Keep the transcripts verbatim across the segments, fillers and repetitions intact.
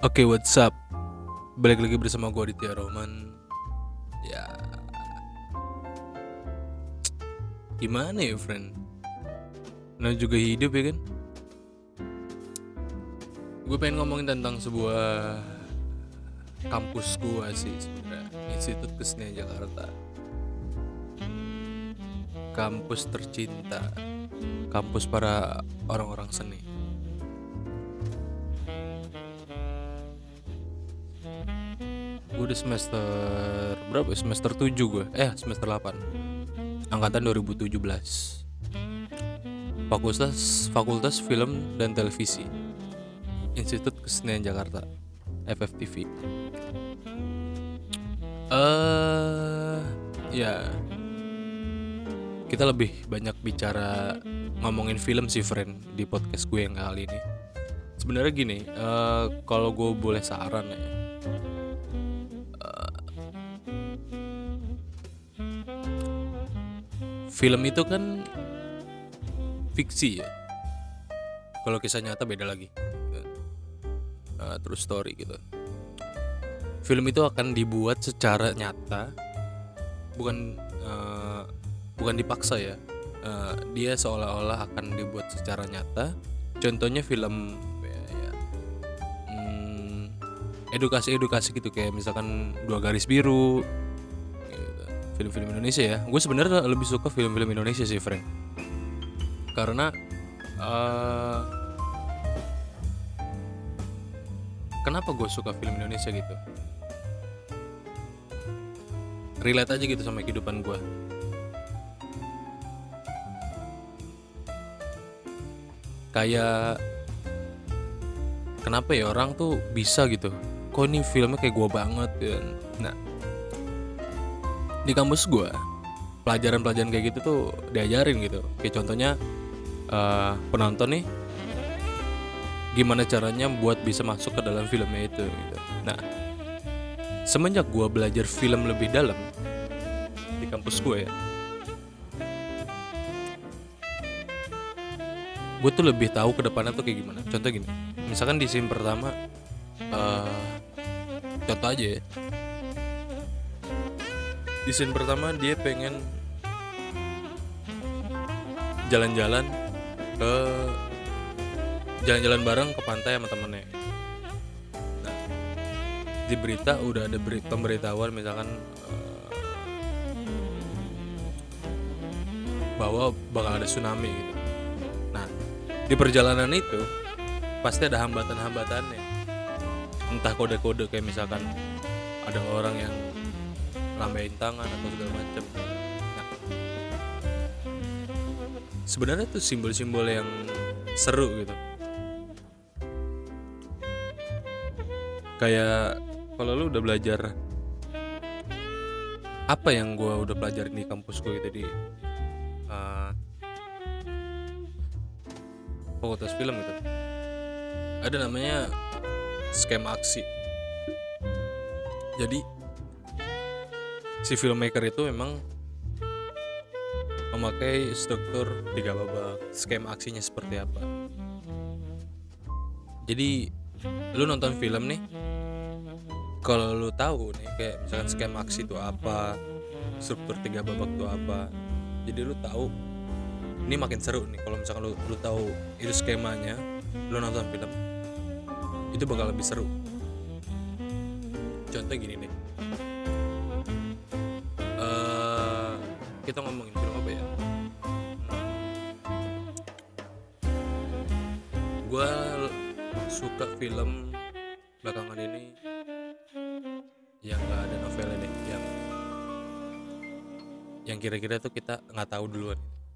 Oke, what's up? Balik lagi bersama gue Aditya Roman. Ya, gimana ya, friend? Nah juga hidup ya kan? Gue pengen ngomongin tentang sebuah kampus gue sih sebenarnya, Institut Kesenian Jakarta. Kampus tercinta, kampus para orang-orang seni. Gue udah semester berapa? ya? Semester tujuh gue. Eh, semester delapan. Angkatan dua ribu tujuh belas. Fakultas Fakultas Film dan Televisi. Institut Kesenian Jakarta. F F T V. Eh, ya kita lebih banyak bicara ngomongin film sih, friend, di podcast gue yang kali ini. Sebenarnya gini, eh, kalau gue boleh saran ya, film itu kan fiksi ya. Kalau kisah nyata beda lagi. Uh, true story gitu. Film itu akan dibuat secara nyata, bukan uh, bukan dipaksa ya. Uh, dia seolah-olah akan dibuat secara nyata. Contohnya film ya, ya, hmm, edukasi-edukasi gitu, kayak misalkan Dua Garis Biru. Gitu. Film-film Indonesia ya. Gue sebenarnya lebih suka film-film Indonesia sih, friend. Karena uh, kenapa gue suka film Indonesia gitu? Relate aja gitu sama kehidupan gue. Kayak kenapa ya orang tuh bisa gitu? Kok ini filmnya kayak gue banget kan? Nah, di kampus gue pelajaran-pelajaran kayak gitu tuh diajarin gitu. Kayak contohnya uh, penonton nih, gimana caranya buat bisa masuk ke dalam filmnya itu gitu. Nah, semenjak gue belajar film lebih dalam di kampus gue ya, gue tuh lebih tahu ke depannya tuh kayak gimana. Contoh gini, misalkan di scene pertama, uh, contoh aja ya, di scene pertama dia pengen jalan-jalan ke jalan-jalan bareng ke pantai sama temennya. Nah, di berita udah ada beri, pemberitahuan misalkan uh, bahwa bakal ada tsunami gitu. Nah, di perjalanan itu pasti ada hambatan-hambatannya. Entah kode-kode kayak misalkan ada orang yang lambain tangan atau segala macam. Nah, sebenarnya tuh simbol-simbol yang seru gitu. Kayak kalau lu udah belajar apa yang gue udah pelajarin di kampus gue gitu, di uh, fakultas film gitu, ada namanya skema aksi. Jadi si filmmaker itu memang memakai struktur tiga babak. Skema aksinya seperti apa? Jadi lu nonton film nih, kalau lu tahu nih kayak misalkan skema aksi itu apa, struktur tiga babak itu apa, jadi lu tahu ini makin seru nih kalau misalkan lu lu tahu itu skemanya, lu nonton film itu bakal lebih seru. Contoh gini deh, uh, kita ngomongin film apa ya? Gue suka film belakangan ini yang nggak ada novelnya deh, yang yang kira-kira tuh kita nggak tahu duluan.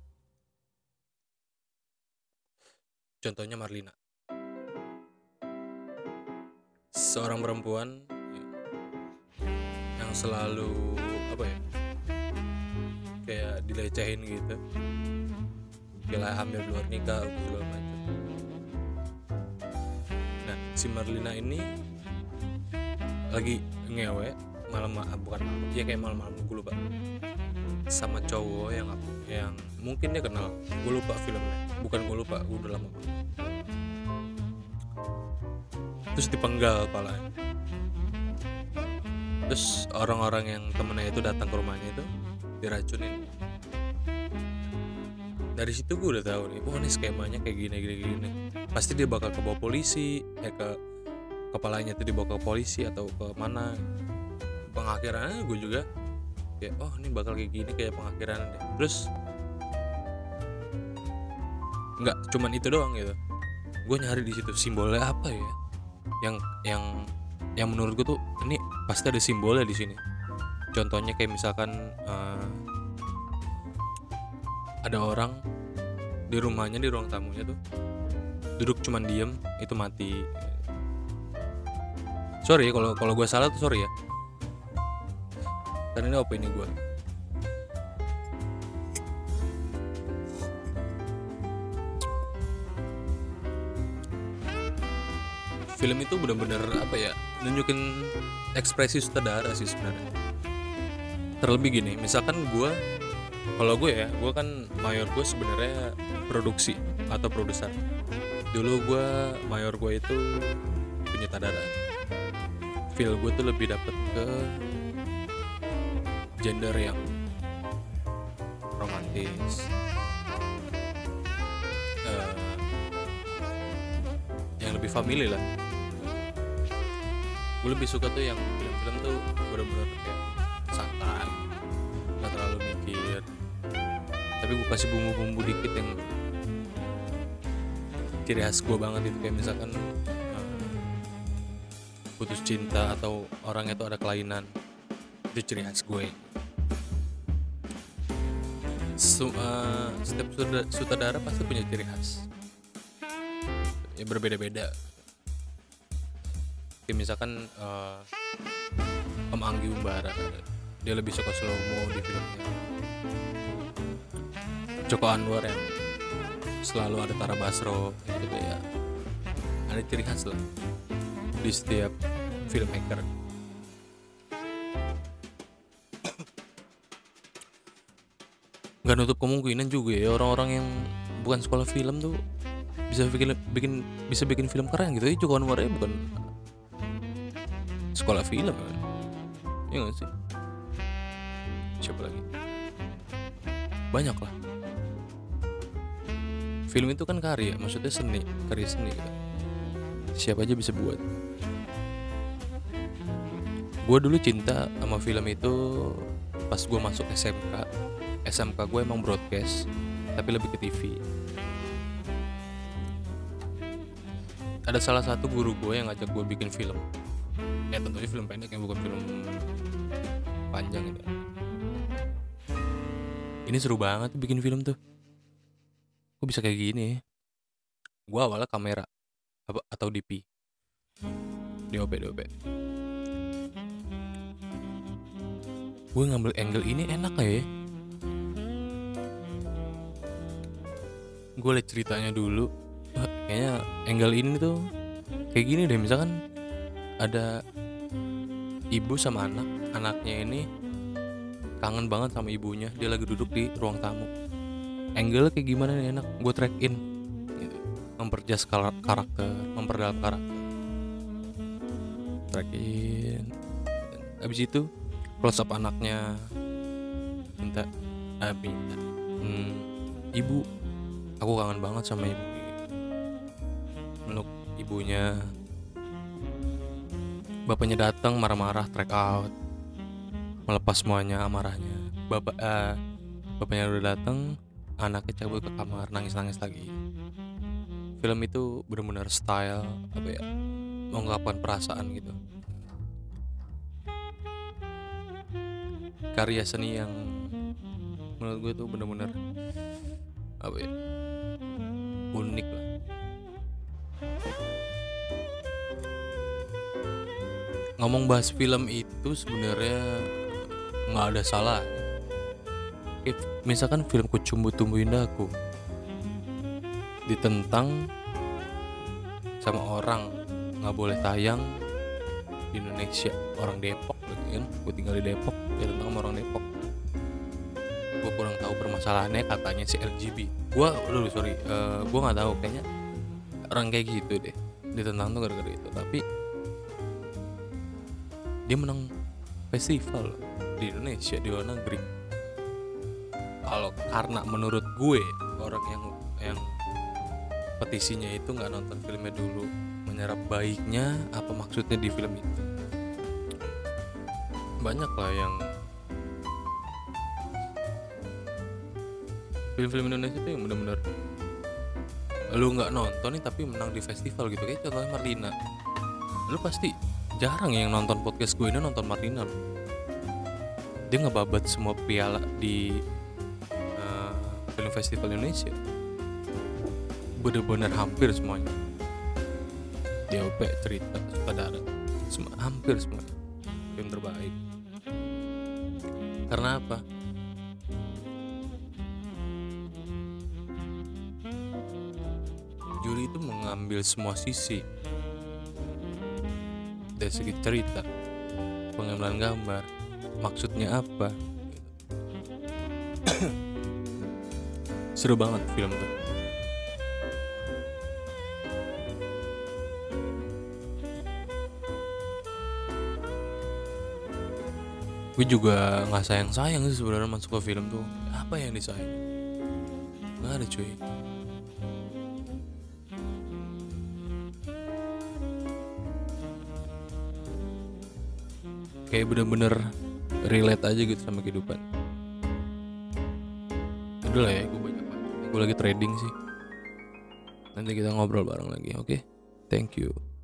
Contohnya Marlina, seorang perempuan yang selalu apa ya, kayak dilecehin gitu, kayak hamil di luar nikah segala macam. Nah, si Marlina ini lagi ngewe malam, bukan malam, ya kayak malam-malam, gue lupa, sama cowok yang yang mungkin dia kenal, gue lupa filmnya, bukan gue lupa, udah lama. terus dipenggal kepalanya. Terus orang-orang yang temennya itu datang ke rumahnya itu diracunin. Dari situ gue udah tahu nih, oh ini skemanya kayak gini gini gini. Pasti dia bakal ke bawa polisi, eh ke kepalanya itu dibawa ke polisi atau ke mana. Pengakhirannya gue juga kayak, oh ini bakal kayak gini kayak pengakhiran deh. Terus nggak cuman itu doang gitu, gue nyari di situ simbolnya apa ya, yang yang yang menurut gue tuh ini pasti ada simbolnya di sini. Contohnya kayak misalkan uh, ada orang di rumahnya, di ruang tamunya tuh duduk cuman diem, itu mati. Sorry kalau kalau gue salah tuh sorry ya, karena ini opini gue. Film itu benar-benar apa ya, nunjukin ekspresi sutradara sih sebenarnya. Terlebih gini, misalkan gue, kalau gue ya, gue kan mayor gue sebenarnya produksi atau produser. Dulu gue mayor gue itu penyutradaraan. Feel gue tuh lebih dapet ke gender yang romantis, uh, yang lebih family lah. Gue lebih suka tuh yang film-film tuh bener-bener kayak santai, nggak terlalu mikir, tapi gue kasih bumbu-bumbu dikit yang ciri khas gue banget itu. Kayak misalkan uh, putus cinta atau orangnya tuh ada kelainan, itu ciri khas gue. So, uh, setiap sutradara pasti punya ciri khas ya, berbeda-beda. Kayak misalkan uh, Om Anggi Umbara, dia lebih suka slow mo di filmnya. Joko Anwar yang selalu ada Tara Basro gitu ya, ada ciri khas lah di setiap filmmaker. Gak nutup kemungkinan juga ya orang-orang yang bukan sekolah film tuh bisa bikin bikin bisa bikin film keren gitu. Ya Joko Anwar bukan sekolah film kan? Ya nggak sih? Siapa lagi? Banyak lah. Film itu kan karya, maksudnya seni, karya seni gitu. Siapa aja bisa buat. Gue dulu cinta sama film itu pas gue masuk S M K. S M K gue emang broadcast, tapi lebih ke T V. Ada salah satu guru gue yang ngajak gue bikin film. Ya tentunya film pendek, yang bukan film panjang gitu. Ini seru banget bikin film tuh. Kok bisa kayak gini? Gue awalnya kamera apa atau D P, D O P, D O P. Gue ngambil angle ini enak ya. Gue liat ceritanya dulu, kayaknya angle ini tuh kayak gini deh. Misalkan ada ibu sama anak, anaknya ini kangen banget sama ibunya, dia lagi duduk di ruang tamu. Angle kayak gimana nih enak, gue track in gitu. Memperjelas karakter, memperdalam karakter, track in. Abis itu close up anaknya, minta ah, minta hmm, ibu, aku kangen banget sama ibu. Meluk ibunya. Bapaknya datang marah-marah, track out, melepas semuanya amarahnya. Bapak uh, bapaknya udah datang, anaknya cabut ke kamar, nangis-nangis lagi. Film itu benar-benar style apa ya, mengungkapkan perasaan gitu. Karya seni yang menurut gue tuh benar-benar apa ya, unik lah. Ngomong bahas film itu sebenarnya nggak ada salah. Kayak misalkan film Kucumbu Tumbuh Indahku ditentang sama orang nggak boleh tayang di Indonesia, orang Depok gitu kan. Gue tinggal di Depok, dia tentang sama orang Depok. Gue kurang tahu permasalahannya, katanya si L G B T. Gue, aduh sorry, uh, gue nggak tahu, kayaknya orang kayak gitu deh. ditentang tuh gara-gara itu. Tapi dia menang festival di Indonesia, di luar negeri. Kalau karena menurut gue orang yang yang petisinya itu nggak nonton filmnya dulu, menyerap baiknya apa maksudnya di film itu. Banyak lah yang film-film Indonesia itu yang benar-benar lu nggak nonton nih tapi menang di festival gitu. Kayak contohnya Marlina, lu pasti jarang yang nonton podcast gue ini nonton Marlina loh. Dia ngebabat semua piala di uh, film festival Indonesia, bener-bener hampir semuanya. D O P, cerita, sutradara, semua, hampir semua film terbaik. Karena apa? Juri itu mengambil semua sisi, dari segi cerita, pengambilan gambar, maksudnya apa. Seru banget film tuh. Gue juga nggak sayang-sayang sih sebenarnya masuk ke film tuh. Apa yang disayang? Nggak ada cuy. Kayak bener-bener relate aja gitu sama kehidupan. Udah lah ya, gue banyak banget. Gue lagi trading sih. Nanti kita ngobrol bareng lagi, oke? Okay? Thank you.